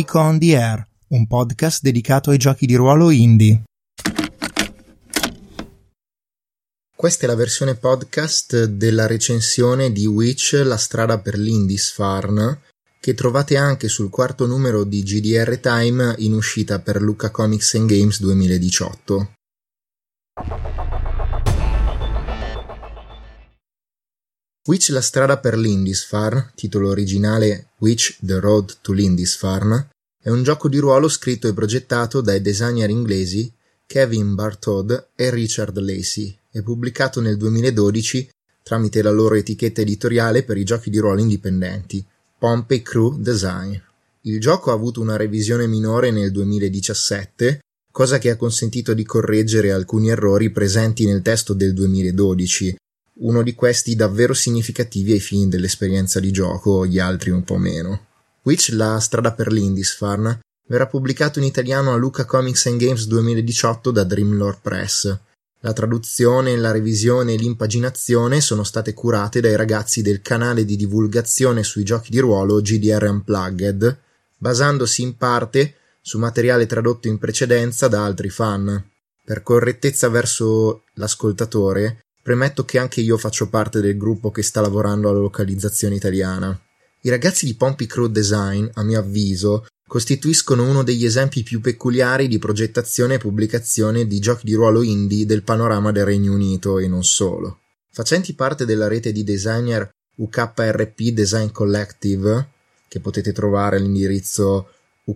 Geek on the Air, un podcast dedicato ai giochi di ruolo indie. Questa è la versione podcast della recensione di Witch, la strada per Lindisfarne, che trovate anche sul quarto numero di GDR Time in uscita per Lucca Comics and Games 2018. Witch, la strada per Lindisfarne, titolo originale Witch, The Road to Lindisfarne, è un gioco di ruolo scritto e progettato dai designer inglesi Kevin Bartod e Richard Lacey e pubblicato nel 2012 tramite la loro etichetta editoriale per i giochi di ruolo indipendenti, Pompey Crew Design. Il gioco ha avuto una revisione minore nel 2017, cosa che ha consentito di correggere alcuni errori presenti nel testo del 2012, uno di questi davvero significativi ai fini dell'esperienza di gioco, gli altri un po' meno. Witch, la strada per Lindisfarne verrà pubblicato in italiano a Lucca Comics and Games 2018 da Dreamlore Press. La traduzione, la revisione e l'impaginazione sono state curate dai ragazzi del canale di divulgazione sui giochi di ruolo GDR Unplugged, basandosi in parte su materiale tradotto in precedenza da altri fan. Per correttezza verso l'ascoltatore, premetto che anche io faccio parte del gruppo che sta lavorando alla localizzazione italiana. I ragazzi di Pompey Crew Design, a mio avviso, costituiscono uno degli esempi più peculiari di progettazione e pubblicazione di giochi di ruolo indie del panorama del Regno Unito e non solo. Facenti parte della rete di designer UKRP Design Collective, che potete trovare all'indirizzo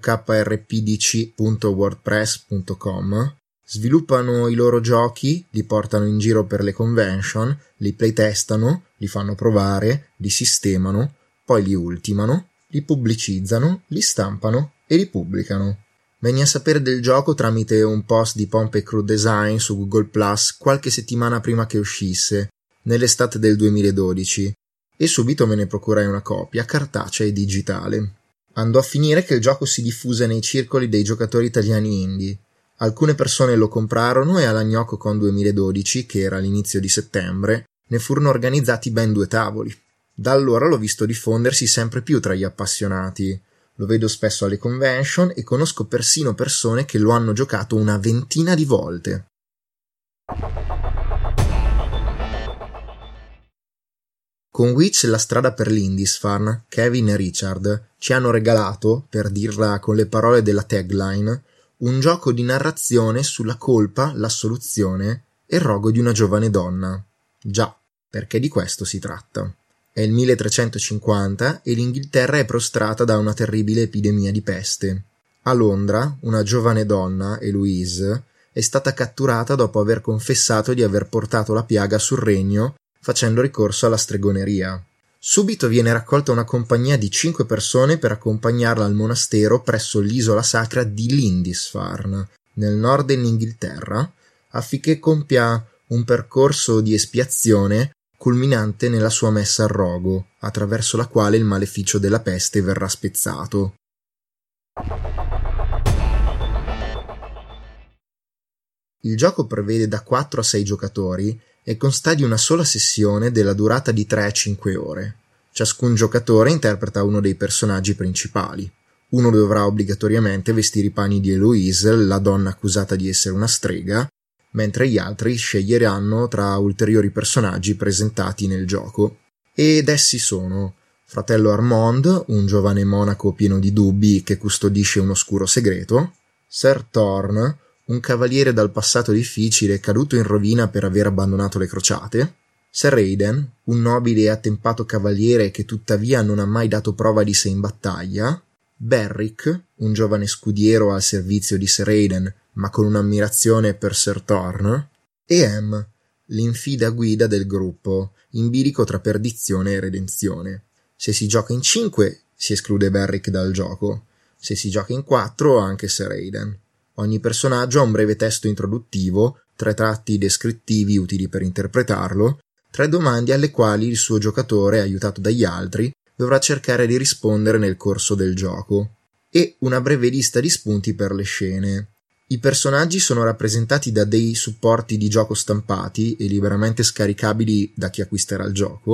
ukrpdc.wordpress.com, sviluppano i loro giochi, li portano in giro per le convention, li playtestano, li fanno provare, li sistemano, poi li ultimano, li pubblicizzano, li stampano e li pubblicano. Venni a sapere del gioco tramite un post di Pompey Crew Design su Google Plus qualche settimana prima che uscisse, nell'estate del 2012, e subito me ne procurai una copia, cartacea e digitale. Andò a finire che il gioco si diffuse nei circoli dei giocatori italiani indie. Alcune persone lo comprarono e alla GNOCCON 2012, che era all'inizio di settembre, ne furono organizzati ben 2 tavoli. Da allora l'ho visto diffondersi sempre più tra gli appassionati. Lo vedo spesso alle convention e conosco persino persone che lo hanno giocato una 20 di volte. Con Witch, la strada per Lindisfarne, Kevin e Richard ci hanno regalato, per dirla con le parole della tagline, un gioco di narrazione sulla colpa, l'assoluzione e il rogo di una giovane donna. Già, perché di questo si tratta. È il 1350 e l'Inghilterra è prostrata da una terribile epidemia di peste. A Londra, una giovane donna, Eloise, è stata catturata dopo aver confessato di aver portato la piaga sul regno facendo ricorso alla stregoneria. Subito viene raccolta una compagnia di 5 persone per accompagnarla al monastero presso l'isola sacra di Lindisfarne, nel nord dell'Inghilterra, affinché compia un percorso di espiazione culminante nella sua messa al rogo, attraverso la quale il maleficio della peste verrà spezzato. Il gioco prevede da 4 a 6 giocatori e consta di una sola sessione della durata di 3 a 5 ore. Ciascun giocatore interpreta uno dei personaggi principali. Uno dovrà obbligatoriamente vestire i panni di Eloise, la donna accusata di essere una strega, mentre gli altri sceglieranno tra ulteriori personaggi presentati nel gioco. Ed essi sono fratello Armand, un giovane monaco pieno di dubbi che custodisce un oscuro segreto, Sir Thorn, un cavaliere dal passato difficile caduto in rovina per aver abbandonato le crociate, Sir Aidan, un nobile e attempato cavaliere che tuttavia non ha mai dato prova di sé in battaglia, Berric, un giovane scudiero al servizio di Sir Aidan ma con un'ammirazione per Sir Thorn, e Em, l'infida guida del gruppo, in bilico tra perdizione e redenzione. Se si gioca in 5 si esclude Berric dal gioco, se si gioca in 4 anche Sir Aidan. Ogni personaggio ha un breve testo introduttivo, 3 tratti descrittivi utili per interpretarlo, 3 domande alle quali il suo giocatore, aiutato dagli altri, dovrà cercare di rispondere nel corso del gioco, e una breve lista di spunti per le scene. I personaggi sono rappresentati da dei supporti di gioco stampati e liberamente scaricabili da chi acquisterà il gioco,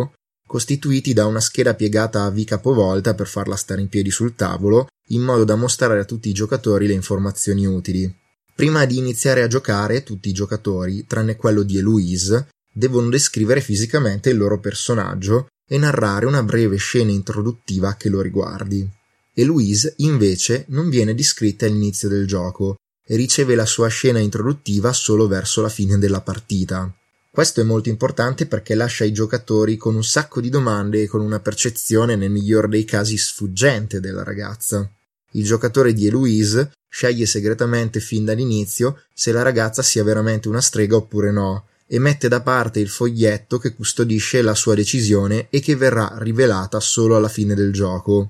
costituiti da una scheda piegata a V capovolta per farla stare in piedi sul tavolo, in modo da mostrare a tutti i giocatori le informazioni utili. Prima di iniziare a giocare, tutti i giocatori, tranne quello di Eloise, devono descrivere fisicamente il loro personaggio e narrare una breve scena introduttiva che lo riguardi. Eloise, invece, non viene descritta all'inizio del gioco e riceve la sua scena introduttiva solo verso la fine della partita. Questo è molto importante perché lascia i giocatori con un sacco di domande e con una percezione, nel miglior dei casi, sfuggente della ragazza. Il giocatore di Eloise sceglie segretamente fin dall'inizio se la ragazza sia veramente una strega oppure no, e mette da parte il foglietto che custodisce la sua decisione e che verrà rivelata solo alla fine del gioco.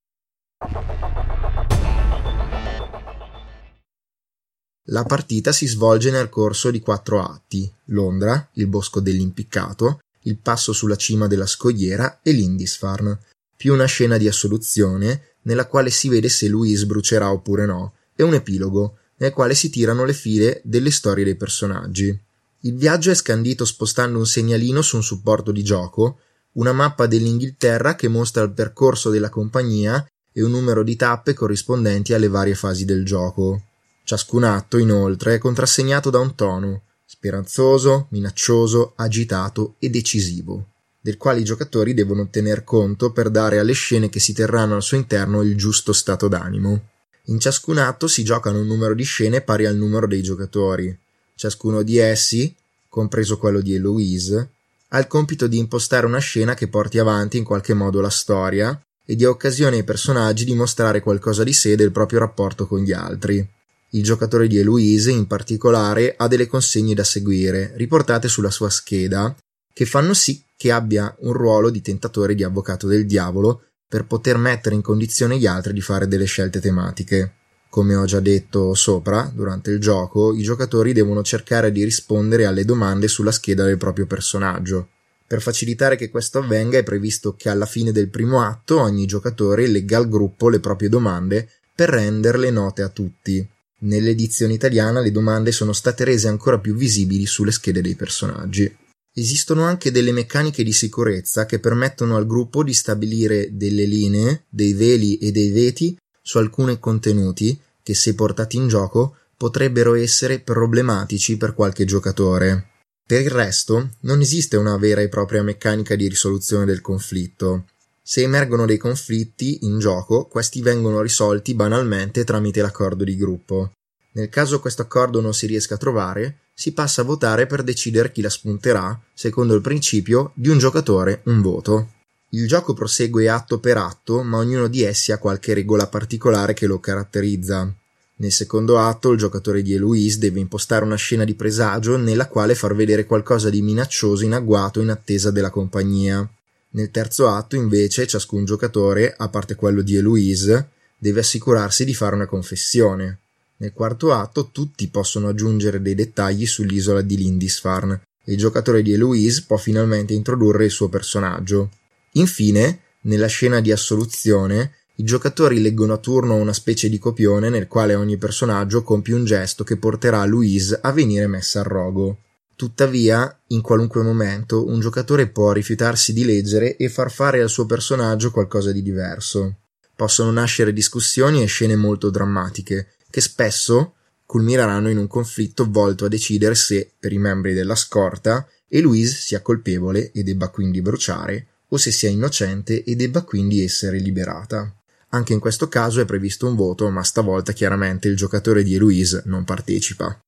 La partita si svolge nel corso di 4 atti: Londra, il bosco dell'impiccato, il passo sulla cima della scogliera e Lindisfarne, più una scena di assoluzione nella quale si vede se Louise brucerà oppure no, e un epilogo nel quale si tirano le file delle storie dei personaggi. Il viaggio è scandito spostando un segnalino su un supporto di gioco, una mappa dell'Inghilterra che mostra il percorso della compagnia e un numero di tappe corrispondenti alle varie fasi del gioco. Ciascun atto, inoltre, è contrassegnato da un tono speranzoso, minaccioso, agitato e decisivo, del quale i giocatori devono tener conto per dare alle scene che si terranno al suo interno il giusto stato d'animo. In ciascun atto si giocano un numero di scene pari al numero dei giocatori. Ciascuno di essi, compreso quello di Eloise, ha il compito di impostare una scena che porti avanti in qualche modo la storia e dia occasione ai personaggi di mostrare qualcosa di sé e del proprio rapporto con gli altri. Il giocatore di Eloise, in particolare, ha delle consegne da seguire, riportate sulla sua scheda, che fanno sì che abbia un ruolo di tentatore e di avvocato del diavolo per poter mettere in condizione gli altri di fare delle scelte tematiche. Come ho già detto sopra, durante il gioco, i giocatori devono cercare di rispondere alle domande sulla scheda del proprio personaggio. Per facilitare che questo avvenga è previsto che alla fine del primo atto ogni giocatore legga al gruppo le proprie domande per renderle note a tutti. Nell'edizione italiana le domande sono state rese ancora più visibili sulle schede dei personaggi. Esistono anche delle meccaniche di sicurezza che permettono al gruppo di stabilire delle linee, dei veli e dei veti su alcuni contenuti che, se portati in gioco, potrebbero essere problematici per qualche giocatore. Per il resto, non esiste una vera e propria meccanica di risoluzione del conflitto. Se emergono dei conflitti in gioco, questi vengono risolti banalmente tramite l'accordo di gruppo. Nel caso questo accordo non si riesca a trovare, si passa a votare per decidere chi la spunterà, secondo il principio di un giocatore, un voto. Il gioco prosegue atto per atto, ma ognuno di essi ha qualche regola particolare che lo caratterizza. Nel secondo atto, il giocatore di Eloise deve impostare una scena di presagio nella quale far vedere qualcosa di minaccioso in agguato in attesa della compagnia. Nel terzo atto, invece, ciascun giocatore, a parte quello di Eloise, deve assicurarsi di fare una confessione. Nel quarto atto tutti possono aggiungere dei dettagli sull'isola di Lindisfarne e il giocatore di Eloise può finalmente introdurre il suo personaggio. Infine, nella scena di assoluzione, i giocatori leggono a turno una specie di copione nel quale ogni personaggio compie un gesto che porterà Louise a venire messa al rogo. Tuttavia, in qualunque momento, un giocatore può rifiutarsi di leggere e far fare al suo personaggio qualcosa di diverso. Possono nascere discussioni e scene molto drammatiche, che spesso culmineranno in un conflitto volto a decidere se, per i membri della scorta, Eloise sia colpevole e debba quindi bruciare, o se sia innocente e debba quindi essere liberata. Anche in questo caso è previsto un voto, ma stavolta chiaramente il giocatore di Eloise non partecipa.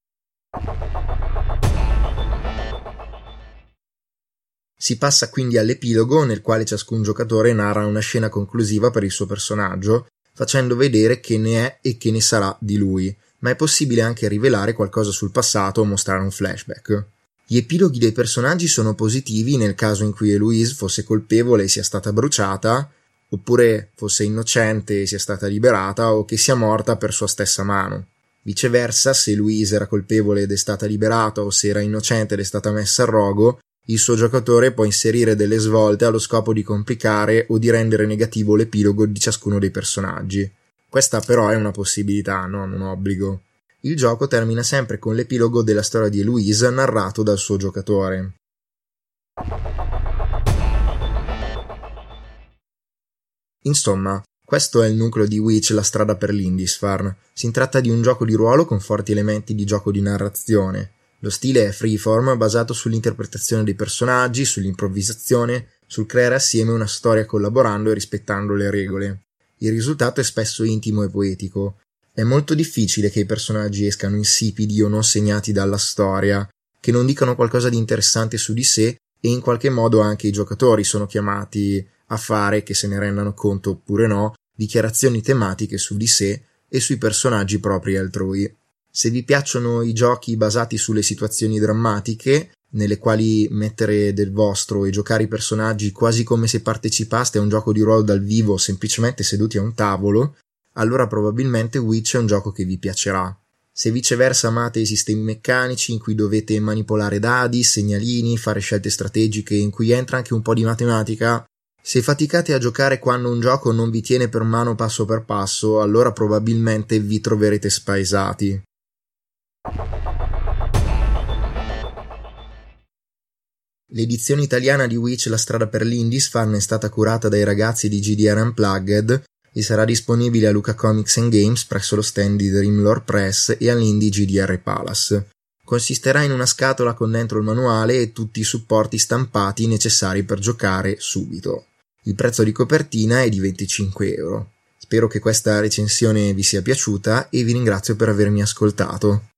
Si passa quindi all'epilogo, nel quale ciascun giocatore narra una scena conclusiva per il suo personaggio, facendo vedere che ne è e che ne sarà di lui, ma è possibile anche rivelare qualcosa sul passato o mostrare un flashback. Gli epiloghi dei personaggi sono positivi nel caso in cui Eloise fosse colpevole e sia stata bruciata, oppure fosse innocente e sia stata liberata, o che sia morta per sua stessa mano. Viceversa, se Eloise era colpevole ed è stata liberata, o se era innocente ed è stata messa al rogo, il suo giocatore può inserire delle svolte allo scopo di complicare o di rendere negativo l'epilogo di ciascuno dei personaggi. Questa però è una possibilità, non un obbligo. Il gioco termina sempre con l'epilogo della storia di Eloise narrato dal suo giocatore. Insomma, questo è il nucleo di Witch, la strada per Lindisfarne. Si tratta di un gioco di ruolo con forti elementi di gioco di narrazione. Lo stile è freeform, basato sull'interpretazione dei personaggi, sull'improvvisazione, sul creare assieme una storia collaborando e rispettando le regole. Il risultato è spesso intimo e poetico. È molto difficile che i personaggi escano insipidi o non segnati dalla storia, che non dicano qualcosa di interessante su di sé, e in qualche modo anche i giocatori sono chiamati a fare, che se ne rendano conto oppure no, dichiarazioni tematiche su di sé e sui personaggi propri e altrui. Se vi piacciono i giochi basati sulle situazioni drammatiche, nelle quali mettere del vostro e giocare i personaggi quasi come se partecipaste a un gioco di ruolo dal vivo semplicemente seduti a un tavolo, allora probabilmente Witch è un gioco che vi piacerà. Se viceversa amate i sistemi meccanici in cui dovete manipolare dadi, segnalini, fare scelte strategiche in cui entra anche un po' di matematica, se faticate a giocare quando un gioco non vi tiene per mano passo per passo, allora probabilmente vi troverete spaesati. L'edizione italiana di Witch, la strada per Lindisfarne è stata curata dai ragazzi di GDR Unplugged e sarà disponibile a Luca Comics and Games presso lo stand di Dreamlore Press e all'Indie GDR Palace. Consisterà in una scatola con dentro il manuale e tutti i supporti stampati necessari per giocare subito. Il prezzo di copertina è di 25 euro. Spero che questa recensione vi sia piaciuta e vi ringrazio per avermi ascoltato.